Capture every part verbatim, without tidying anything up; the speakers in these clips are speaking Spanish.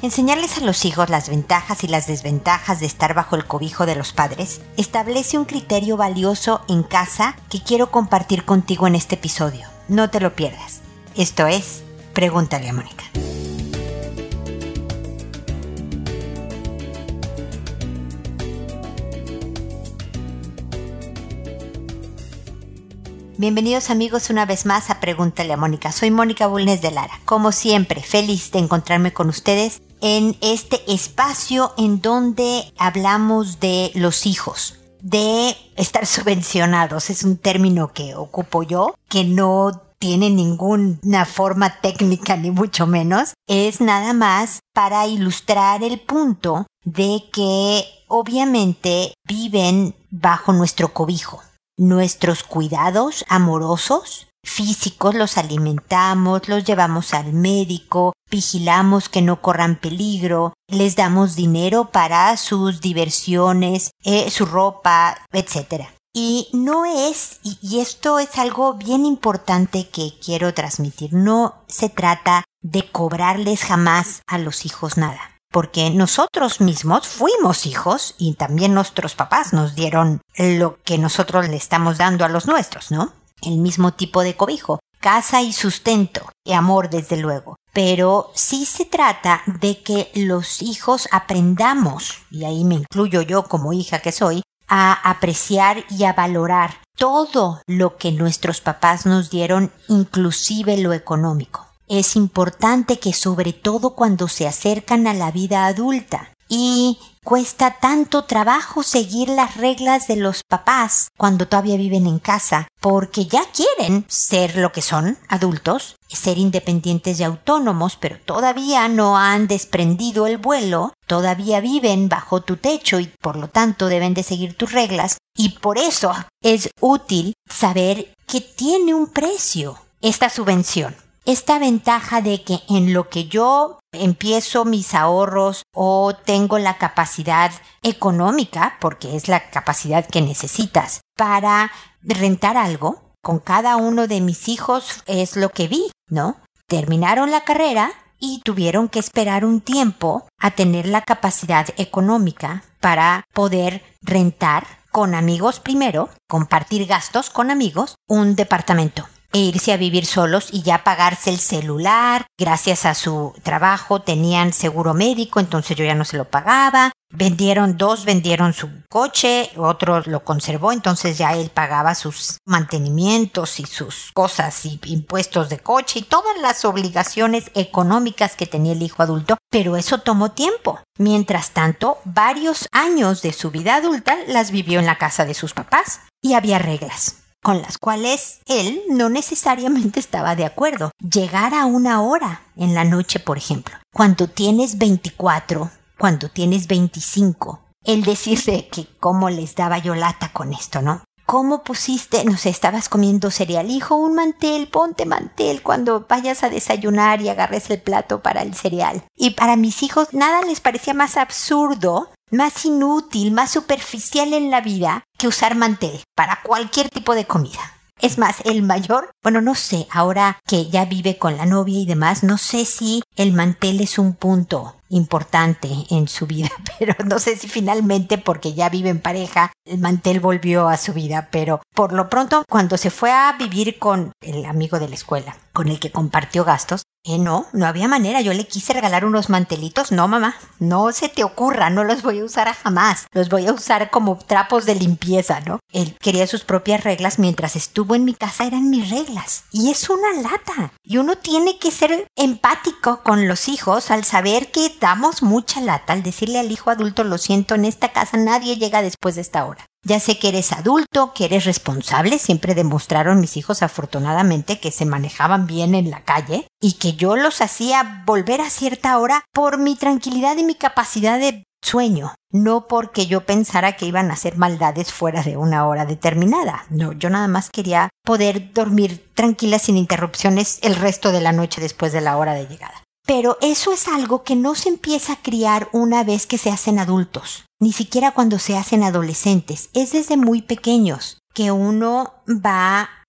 Enseñarles a los hijos las ventajas y las desventajas de estar bajo el cobijo de los padres establece un criterio valioso en casa que quiero compartir contigo en este episodio. No te lo pierdas. Esto es Pregúntale a Mónica. Bienvenidos amigos una vez más a Pregúntale a Mónica. Soy Mónica Bulnes de Lara. Como siempre, feliz de encontrarme con ustedes en este espacio en donde hablamos de los hijos, de estar subvencionados. Es un término que ocupo yo, que no tiene ninguna forma técnica ni mucho menos. Es nada más para ilustrar el punto de que obviamente viven bajo nuestro cobijo. Nuestros cuidados amorosos, físicos, los alimentamos, los llevamos al médico, vigilamos que no corran peligro, les damos dinero para sus diversiones, eh, su ropa, etcétera. Y no es, y, y esto es algo bien importante que quiero transmitir, no se trata de cobrarles jamás a los hijos nada. Porque nosotros mismos fuimos hijos y también nuestros papás nos dieron lo que nosotros le estamos dando a los nuestros, ¿no? El mismo tipo de cobijo, casa y sustento, y amor desde luego. Pero sí se trata de que los hijos aprendamos, y ahí me incluyo yo como hija que soy, a apreciar y a valorar todo lo que nuestros papás nos dieron, inclusive lo económico. Es importante que sobre todo cuando se acercan a la vida adulta y cuesta tanto trabajo seguir las reglas de los papás cuando todavía viven en casa, porque ya quieren ser lo que son, adultos, ser independientes y autónomos, pero todavía no han desprendido el vuelo, todavía viven bajo tu techo y por lo tanto deben de seguir tus reglas, y por eso es útil saber que tiene un precio esta subvención. Esta ventaja de que en lo que yo empiezo mis ahorros o tengo la capacidad económica, porque es la capacidad que necesitas para rentar algo, con cada uno de mis hijos es lo que vi, ¿no? Terminaron la carrera y tuvieron que esperar un tiempo a tener la capacidad económica para poder rentar con amigos primero, compartir gastos con amigos, un departamento. E irse a vivir solos y ya pagarse el celular. Gracias a su trabajo tenían seguro médico, entonces yo ya no se lo pagaba. Vendieron dos, vendieron su coche, otro lo conservó, entonces ya él pagaba sus mantenimientos y sus cosas y impuestos de coche y todas las obligaciones económicas que tenía el hijo adulto, pero eso tomó tiempo. Mientras tanto, varios años de su vida adulta las vivió en la casa de sus papás y había reglas con las cuales él no necesariamente estaba de acuerdo. Llegar a una hora en la noche, por ejemplo, cuando tienes veinticuatro, cuando tienes veinticinco, el decirle que cómo les daba yo lata con esto, ¿no? ¿Cómo pusiste, no sé, estabas comiendo cereal, hijo, un mantel, ponte mantel cuando vayas a desayunar y agarres el plato para el cereal? Y para mis hijos nada les parecía más absurdo, más inútil, más superficial en la vida que usar mantel para cualquier tipo de comida. Es más, el mayor, bueno, no sé, ahora que ya vive con la novia y demás, no sé si el mantel es un punto importante en su vida, pero no sé si finalmente, porque ya vive en pareja, el mantel volvió a su vida, pero por lo pronto, cuando se fue a vivir con el amigo de la escuela, con el que compartió gastos, Eh, no, no había manera. Yo le quise regalar unos mantelitos. No, mamá, no se te ocurra, no los voy a usar jamás. Los voy a usar como trapos de limpieza, ¿no? Él quería sus propias reglas. Mientras estuvo en mi casa eran mis reglas. Y es una lata. Y uno tiene que ser empático con los hijos al saber que damos mucha lata. Al decirle al hijo adulto, lo siento, en esta casa nadie llega después de esta hora. Ya sé que eres adulto, que eres responsable. Siempre demostraron mis hijos afortunadamente que se manejaban bien en la calle y que yo los hacía volver a cierta hora por mi tranquilidad y mi capacidad de sueño. No porque yo pensara que iban a hacer maldades fuera de una hora determinada. No, yo nada más quería poder dormir tranquila sin interrupciones el resto de la noche después de la hora de llegada. Pero eso es algo que no se empieza a criar una vez que se hacen adultos, ni siquiera cuando se hacen adolescentes. Es desde muy pequeños que uno va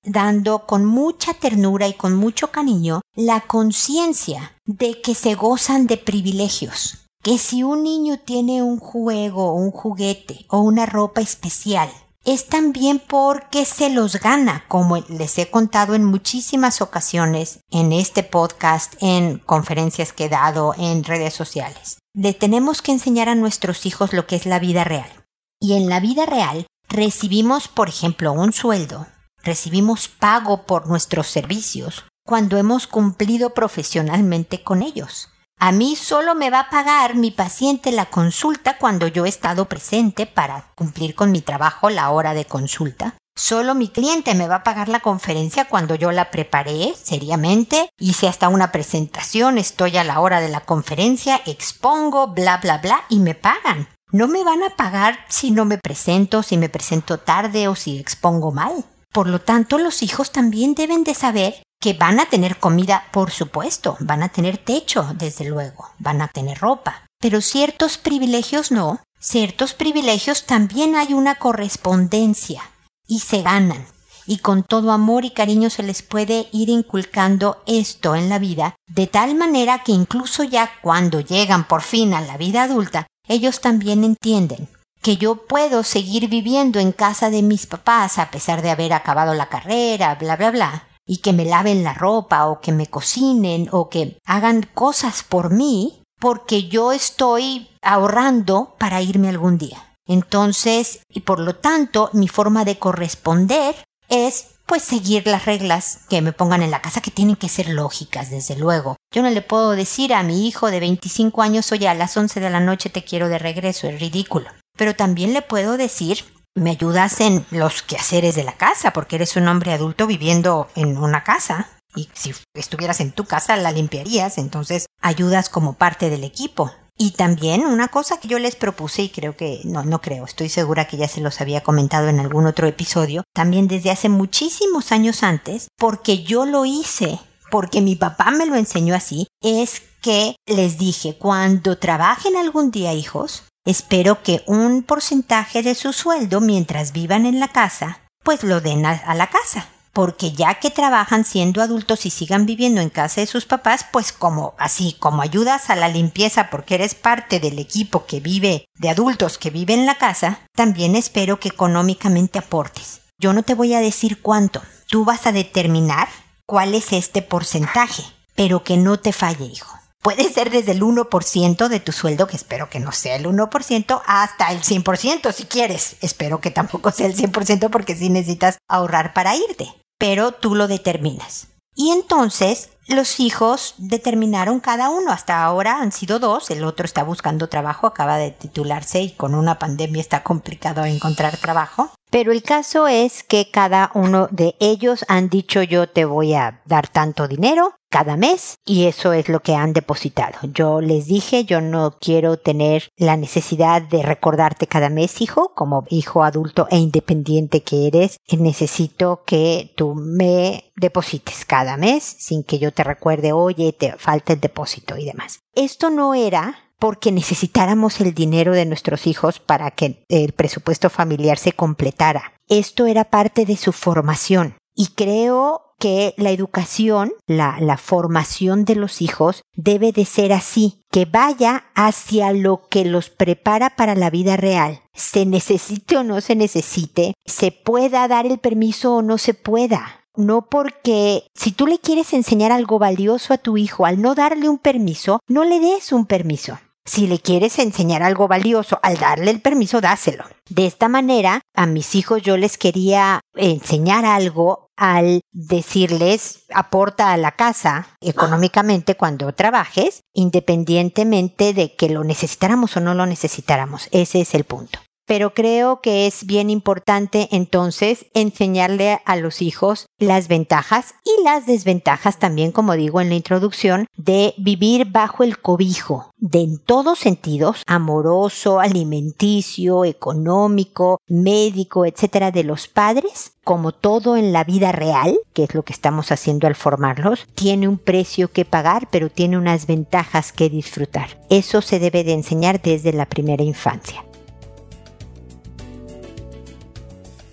dando con mucha ternura y con mucho cariño la conciencia de que se gozan de privilegios. Que si un niño tiene un juego, un juguete o una ropa especial, es también porque se los gana, como les he contado en muchísimas ocasiones en este podcast, en conferencias que he dado, en redes sociales. Le tenemos que enseñar a nuestros hijos lo que es la vida real. Y en la vida real recibimos, por ejemplo, un sueldo, recibimos pago por nuestros servicios cuando hemos cumplido profesionalmente con ellos. A mí solo me va a pagar mi paciente la consulta cuando yo he estado presente para cumplir con mi trabajo la hora de consulta. Solo mi cliente me va a pagar la conferencia cuando yo la preparé seriamente, hice hasta una presentación, estoy a la hora de la conferencia, expongo, bla, bla, bla, y me pagan. No me van a pagar si no me presento, si me presento tarde o si expongo mal. Por lo tanto, los hijos también deben de saber que van a tener comida, por supuesto, van a tener techo, desde luego, van a tener ropa. Pero ciertos privilegios no, ciertos privilegios también hay una correspondencia y se ganan. Y con todo amor y cariño se les puede ir inculcando esto en la vida, de tal manera que incluso ya cuando llegan por fin a la vida adulta, ellos también entienden que yo puedo seguir viviendo en casa de mis papás a pesar de haber acabado la carrera, bla, bla, bla, y que me laven la ropa o que me cocinen o que hagan cosas por mí porque yo estoy ahorrando para irme algún día. Entonces, y por lo tanto, mi forma de corresponder es pues seguir las reglas que me pongan en la casa, que tienen que ser lógicas, desde luego. Yo no le puedo decir a mi hijo de veinticinco años, oye, a las once de la noche te quiero de regreso, es ridículo. Pero también le puedo decir, me ayudas en los quehaceres de la casa, porque eres un hombre adulto viviendo en una casa. Y si estuvieras en tu casa, la limpiarías, entonces ayudas como parte del equipo. Y también una cosa que yo les propuse, y creo que, no, no creo, estoy segura que ya se los había comentado en algún otro episodio, también desde hace muchísimos años antes, porque yo lo hice, porque mi papá me lo enseñó así, es que les dije, cuando trabajen algún día, hijos, espero que un porcentaje de su sueldo, mientras vivan en la casa, pues lo den a, a la casa. Porque ya que trabajan siendo adultos y sigan viviendo en casa de sus papás, pues como así, como ayudas a la limpieza porque eres parte del equipo que vive, de adultos que vive en la casa, también espero que económicamente aportes. Yo no te voy a decir cuánto, tú vas a determinar cuál es este porcentaje, pero que no te falle, hijo. Puede ser desde el uno por ciento de tu sueldo, que espero que no sea el uno por ciento, hasta el cien por ciento si quieres. Espero que tampoco sea el cien por ciento porque sí necesitas ahorrar para irte. Pero tú lo determinas. Y entonces los hijos determinaron cada uno. Hasta ahora han sido dos. El otro está buscando trabajo, acaba de titularse y con una pandemia está complicado encontrar trabajo. Pero el caso es que cada uno de ellos han dicho yo te voy a dar tanto dinero cada mes y eso es lo que han depositado. Yo les dije yo no quiero tener la necesidad de recordarte cada mes, hijo, como hijo adulto e independiente que eres, necesito que tú me deposites cada mes sin que yo te recuerde, oye, te falta el depósito y demás. Esto no era porque necesitáramos el dinero de nuestros hijos para que el presupuesto familiar se completara. Esto era parte de su formación. Y creo que la educación, la, la formación de los hijos debe de ser así, que vaya hacia lo que los prepara para la vida real. Se necesite o no se necesite, se pueda dar el permiso o no se pueda. No porque si tú le quieres enseñar algo valioso a tu hijo, al no darle un permiso, no le des un permiso. Si le quieres enseñar algo valioso, al darle el permiso, dáselo. De esta manera, a mis hijos yo les quería enseñar algo al decirles, aporta a la casa económicamente cuando trabajes, independientemente de que lo necesitáramos o no lo necesitáramos. Ese es el punto. Pero creo que es bien importante entonces enseñarle a los hijos las ventajas y las desventajas también, como digo en la introducción, de vivir bajo el cobijo de en todos sentidos, amoroso, alimenticio, económico, médico, etcétera, de los padres, como todo en la vida real, que es lo que estamos haciendo al formarlos, tiene un precio que pagar, pero tiene unas ventajas que disfrutar. Eso se debe de enseñar desde la primera infancia.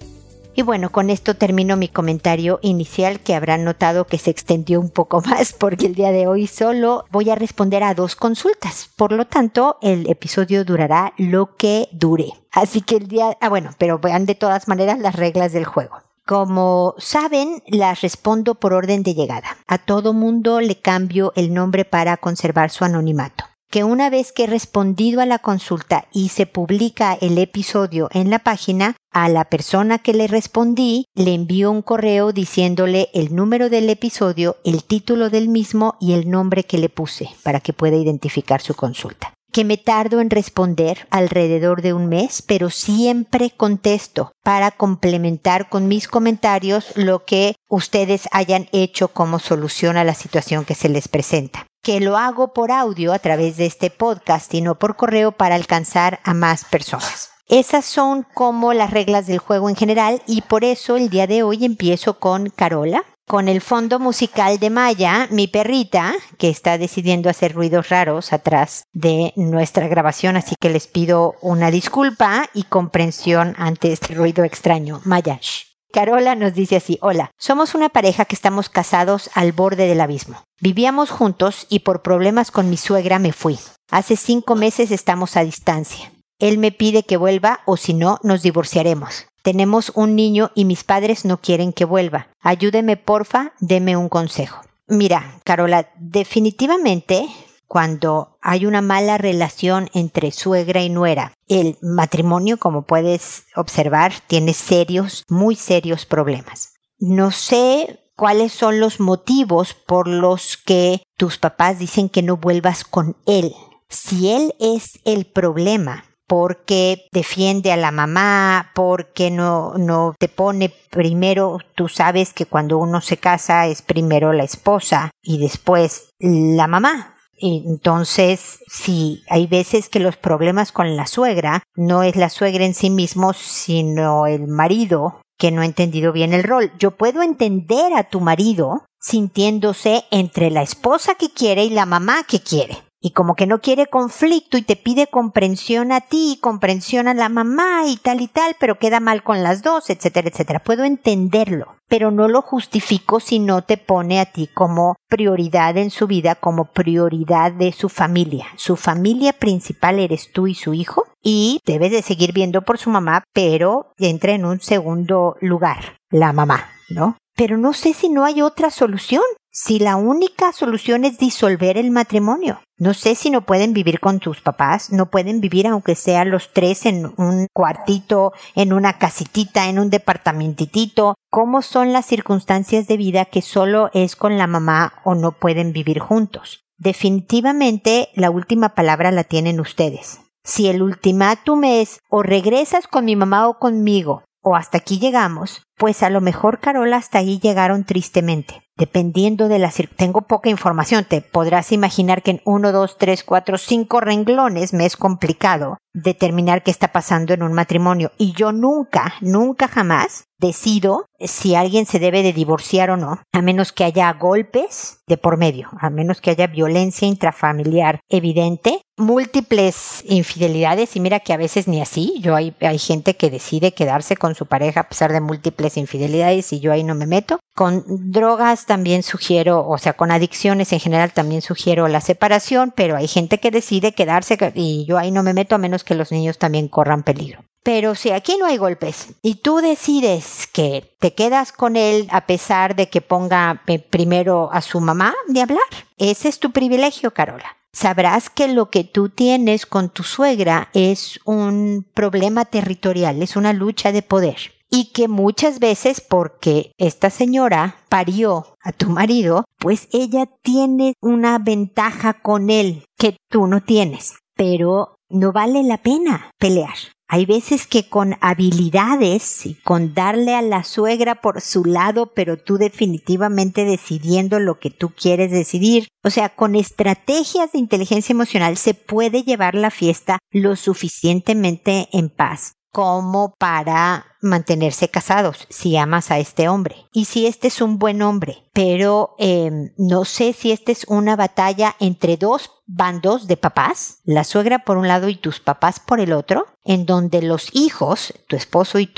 Y bueno, con esto termino mi comentario inicial, que habrán notado que se extendió un poco más porque el día de hoy solo voy a responder a dos consultas. Por lo tanto, el episodio durará lo que dure. Así que el día... Ah, bueno, pero vean de todas maneras las reglas del juego. Como saben, las respondo por orden de llegada. A todo mundo le cambio el nombre para conservar su anonimato. Que una vez que he respondido a la consulta y se publica el episodio en la página, a la persona que le respondí le envío un correo diciéndole el número del episodio, el título del mismo y el nombre que le puse para que pueda identificar su consulta. Que me tardo en responder alrededor de un mes, pero siempre contesto para complementar con mis comentarios lo que ustedes hayan hecho como solución a la situación que se les presenta. Que lo hago por audio a través de este podcast y no por correo para alcanzar a más personas. Esas son como las reglas del juego en general y por eso el día de hoy empiezo con Carola, con el fondo musical de Maya, mi perrita, que está decidiendo hacer ruidos raros atrás de nuestra grabación, así que les pido una disculpa y comprensión ante este ruido extraño. Maya, shh. Carola nos dice así: hola, somos una pareja que estamos casados al borde del abismo. Vivíamos juntos y por problemas con mi suegra me fui. Hace cinco meses estamos a distancia. Él me pide que vuelva o si no, nos divorciaremos. Tenemos un niño y mis padres no quieren que vuelva. Ayúdeme, porfa, deme un consejo. Mira, Carola, definitivamente cuando hay una mala relación entre suegra y nuera, el matrimonio, como puedes observar, tiene serios, muy serios problemas. No sé cuáles son los motivos por los que tus papás dicen que no vuelvas con él. Si él es el problema, porque defiende a la mamá, porque no, no te pone primero, tú sabes que cuando uno se casa es primero la esposa y después la mamá. Entonces, sí, hay veces que los problemas con la suegra no es la suegra en sí mismo, sino el marido que no ha entendido bien el rol. Yo puedo entender a tu marido sintiéndose entre la esposa que quiere y la mamá que quiere. Y como que no quiere conflicto y te pide comprensión a ti, comprensión a la mamá y tal y tal, pero queda mal con las dos, etcétera, etcétera. Puedo entenderlo, pero no lo justifico si no te pone a ti como prioridad en su vida, como prioridad de su familia. Su familia principal eres tú y su hijo y debes de seguir viendo por su mamá, pero entra en un segundo lugar la mamá, ¿no? Pero no sé si no hay otra solución. Si la única solución es disolver el matrimonio. No sé si no pueden vivir con tus papás, no pueden vivir aunque sean los tres en un cuartito, en una casitita, en un departamentitito. ¿Cómo son las circunstancias de vida que solo es con la mamá o no pueden vivir juntos? Definitivamente la última palabra la tienen ustedes. Si el ultimátum es o regresas con mi mamá o conmigo, o hasta aquí llegamos, pues a lo mejor, Carola, hasta ahí llegaron tristemente. Dependiendo de la circunstancia. Tengo poca información, te podrás imaginar que en uno, dos, tres, cuatro, cinco renglones me es complicado determinar qué está pasando en un matrimonio. Y yo nunca, nunca jamás decido si alguien se debe de divorciar o no, a menos que haya golpes de por medio, a menos que haya violencia intrafamiliar evidente, múltiples infidelidades, y mira que a veces ni así. Yo hay, hay gente que decide quedarse con su pareja a pesar de múltiples infidelidades y yo ahí no me meto. Con drogas también sugiero, o sea, con adicciones en general también sugiero la separación, pero hay gente que decide quedarse y yo ahí no me meto a menos que los niños también corran peligro. Pero si aquí no hay golpes y tú decides que te quedas con él a pesar de que ponga primero a su mamá, de hablar. Ese es tu privilegio, Carola. Sabrás que lo que tú tienes con tu suegra es un problema territorial, es una lucha de poder. Y que muchas veces, porque esta señora parió a tu marido, pues ella tiene una ventaja con él que tú no tienes. Pero no vale la pena pelear. Hay veces que con habilidades y con darle a la suegra por su lado, pero tú definitivamente decidiendo lo que tú quieres decidir, o sea, con estrategias de inteligencia emocional se puede llevar la fiesta lo suficientemente en paz como para mantenerse casados si amas a este hombre y si este es un buen hombre. Pero eh, no sé si esta es una batalla entre dos bandos de papás, la suegra por un lado y tus papás por el otro, en donde los hijos, tu esposo y tú,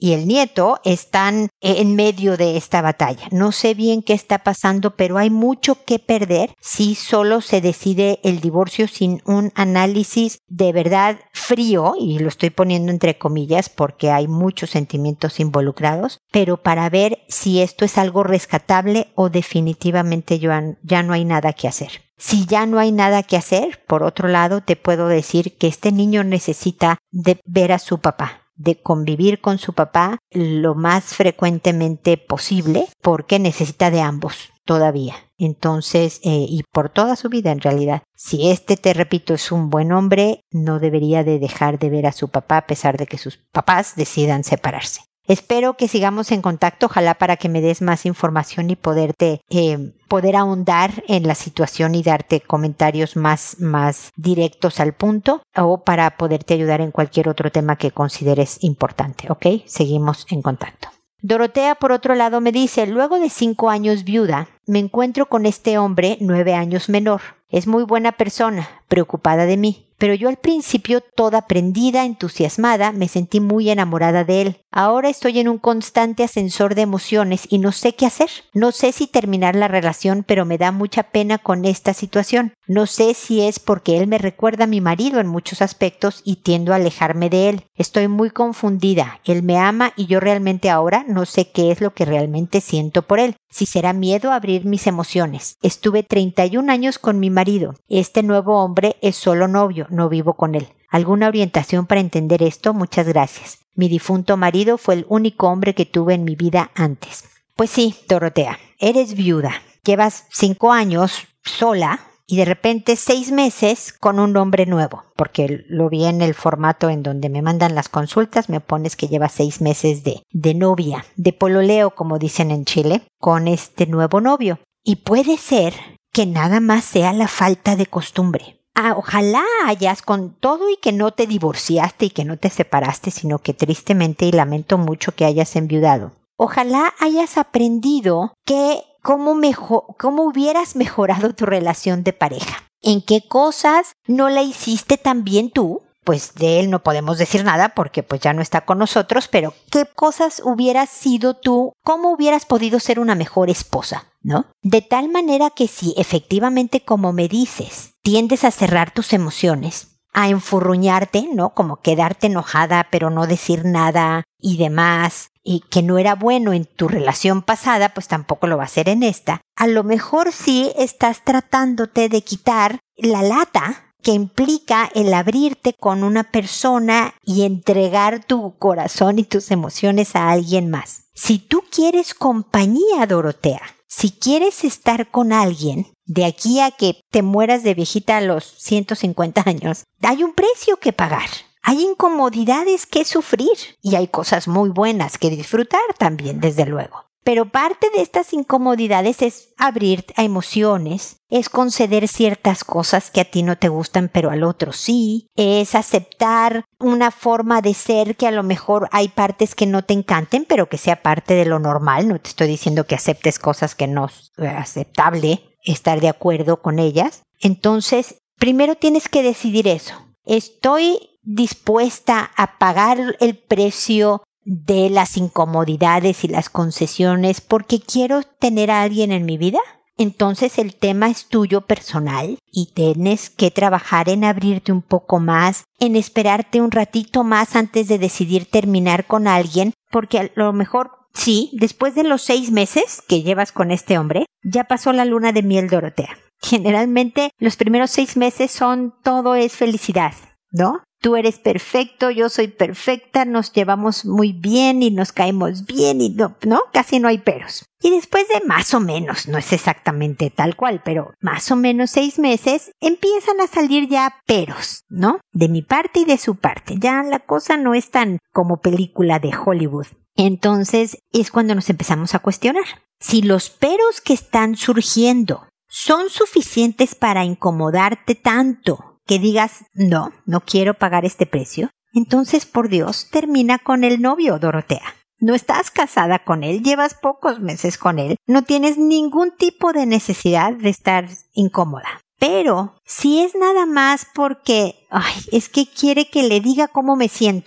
y el nieto están en medio de esta batalla. No sé bien qué está pasando, pero hay mucho que perder si solo se decide el divorcio sin un análisis de verdad frío, y lo estoy poniendo entre comillas porque hay muchos sentimientos involucrados, pero para ver si esto es algo rescatable o definitivamente ya no hay nada que hacer. Si ya no hay nada que hacer, por otro lado, te puedo decir que este niño necesita de ver a su papá, de convivir con su papá lo más frecuentemente posible, porque necesita de ambos todavía. Entonces, eh, y por toda su vida en realidad. Si este, te repito, es un buen hombre, no debería de dejar de ver a su papá a pesar de que sus papás decidan separarse. Espero que sigamos en contacto, ojalá para que me des más información y poderte, eh, poder ahondar en la situación y darte comentarios más, más directos al punto, o para poderte ayudar en cualquier otro tema que consideres importante, ¿ok? Seguimos en contacto. Dorotea, por otro lado, me dice, luego de cinco años viuda, me encuentro con este hombre nueve años menor. Es muy buena persona, preocupada de mí. Pero yo al principio, toda prendida, entusiasmada, me sentí muy enamorada de él. Ahora estoy en un constante ascensor de emociones y no sé qué hacer. No sé si terminar la relación, pero me da mucha pena con esta situación. No sé si es porque él me recuerda a mi marido en muchos aspectos y tiendo a alejarme de él. Estoy muy confundida. Él me ama y yo realmente ahora no sé qué es lo que realmente siento por él. Si será miedo a abrir mis emociones. Estuve treinta y un años con mi marido. Este nuevo hombre es solo novio, no vivo con él. ¿Alguna orientación para entender esto? Muchas gracias. Mi difunto marido fue el único hombre que tuve en mi vida antes. Pues sí, Dorotea, eres viuda. Llevas cinco años sola y de repente seis meses con un hombre nuevo. Porque lo vi en el formato en donde me mandan las consultas, me pones que llevas seis meses de, de novia, de pololeo, como dicen en Chile, con este nuevo novio. Y puede ser que nada más sea la falta de costumbre. Ah, ojalá hayas con todo y que no te divorciaste y que no te separaste, sino que tristemente, y lamento mucho que hayas enviudado. Ojalá hayas aprendido que cómo, mejor, cómo hubieras mejorado tu relación de pareja. ¿En qué cosas no la hiciste tan bien tú? Pues de él no podemos decir nada porque pues ya no está con nosotros, pero ¿qué cosas hubieras sido tú? ¿Cómo hubieras podido ser una mejor esposa? ¿No? De tal manera que si efectivamente, como me dices, tiendes a cerrar tus emociones, a enfurruñarte, ¿no? Como quedarte enojada pero no decir nada y demás, y que no era bueno en tu relación pasada, pues tampoco lo va a hacer en esta. A lo mejor sí estás tratándote de quitar la lata que implica el abrirte con una persona y entregar tu corazón y tus emociones a alguien más. Si tú quieres compañía, Dorotea, si quieres estar con alguien, de aquí a que te mueras de viejita a los ciento cincuenta años, hay un precio que pagar. Hay incomodidades que sufrir y hay cosas muy buenas que disfrutar también, desde luego. Pero parte de estas incomodidades es abrir a emociones, es conceder ciertas cosas que a ti no te gustan pero al otro sí, es aceptar una forma de ser que a lo mejor hay partes que no te encanten pero que sea parte de lo normal. No te estoy diciendo que aceptes cosas que no es aceptable estar de acuerdo con ellas. Entonces, primero tienes que decidir eso. ¿Estoy dispuesta a pagar el precio de las incomodidades y las concesiones porque quiero tener a alguien en mi vida? Entonces el tema es tuyo personal y tienes que trabajar en abrirte un poco más, en esperarte un ratito más antes de decidir terminar con alguien, porque a lo mejor sí, después de los seis meses que llevas con este hombre, ya pasó la luna de miel, Dorotea. Generalmente los primeros seis meses son todo es felicidad, ¿no? Tú eres perfecto, yo soy perfecta, nos llevamos muy bien y nos caemos bien y no, ¿no? Casi no hay peros. Y después de más o menos, no es exactamente tal cual, pero más o menos seis meses, empiezan a salir ya peros, ¿no? De mi parte y de su parte. Ya la cosa no es tan como película de Hollywood. Entonces es cuando nos empezamos a cuestionar. Si los peros que están surgiendo son suficientes para incomodarte tanto que digas, no, no quiero pagar este precio, entonces, por Dios, termina con el novio, Dorotea. No estás casada con él, llevas pocos meses con él, no tienes ningún tipo de necesidad de estar incómoda. Pero, si es nada más porque, ay, es que quiere que le diga cómo me siento,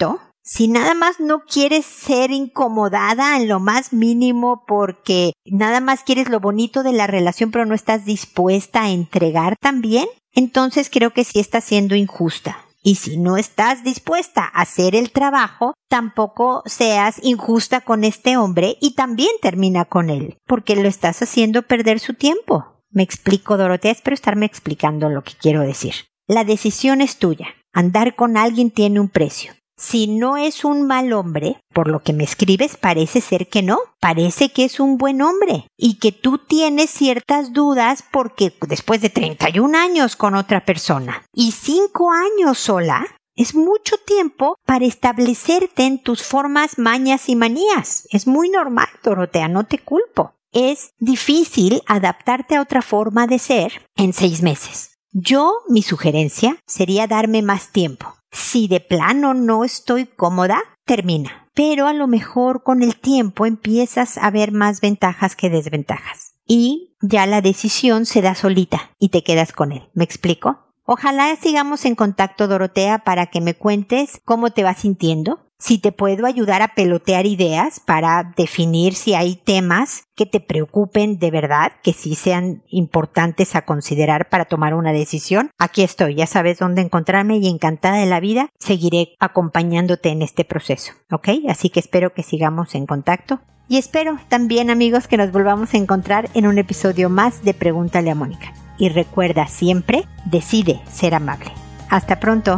Si nada más no quieres ser incomodada en lo más mínimo porque nada más quieres lo bonito de la relación pero no estás dispuesta a entregar también, entonces creo que sí estás siendo injusta. Y si no estás dispuesta a hacer el trabajo, tampoco seas injusta con este hombre y también termina con él, porque lo estás haciendo perder su tiempo. Me explico, Dorotea, espero estarme explicando lo que quiero decir. La decisión es tuya. Andar con alguien tiene un precio. Si no es un mal hombre, por lo que me escribes parece ser que no, parece que es un buen hombre y que tú tienes ciertas dudas porque después de treinta y un años con otra persona y cinco años sola, es mucho tiempo para establecerte en tus formas, mañas y manías. Es muy normal, Dorotea, no te culpo. Es difícil adaptarte a otra forma de ser en seis meses. Yo, mi sugerencia sería darme más tiempo. Si de plano no estoy cómoda, termina. Pero a lo mejor con el tiempo empiezas a ver más ventajas que desventajas. Y ya la decisión se da solita y te quedas con él. ¿Me explico? Ojalá sigamos en contacto, Dorotea, para que me cuentes cómo te vas sintiendo. Si te puedo ayudar a pelotear ideas para definir si hay temas que te preocupen de verdad, que sí sean importantes a considerar para tomar una decisión. Aquí estoy, ya sabes dónde encontrarme y encantada de la vida seguiré acompañándote en este proceso, ¿ok? Así que espero que sigamos en contacto. Y espero también, amigos, que nos volvamos a encontrar en un episodio más de Pregúntale a Mónica. Y recuerda siempre, decide ser amable. Hasta pronto.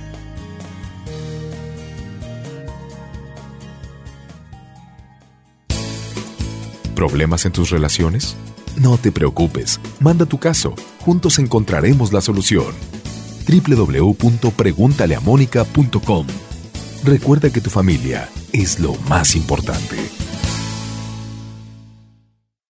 ¿Problemas en tus relaciones? No te preocupes, manda tu caso, juntos encontraremos la solución. doble u doble u doble u punto pregúntale a mónica punto com. Recuerda que tu familia es lo más importante.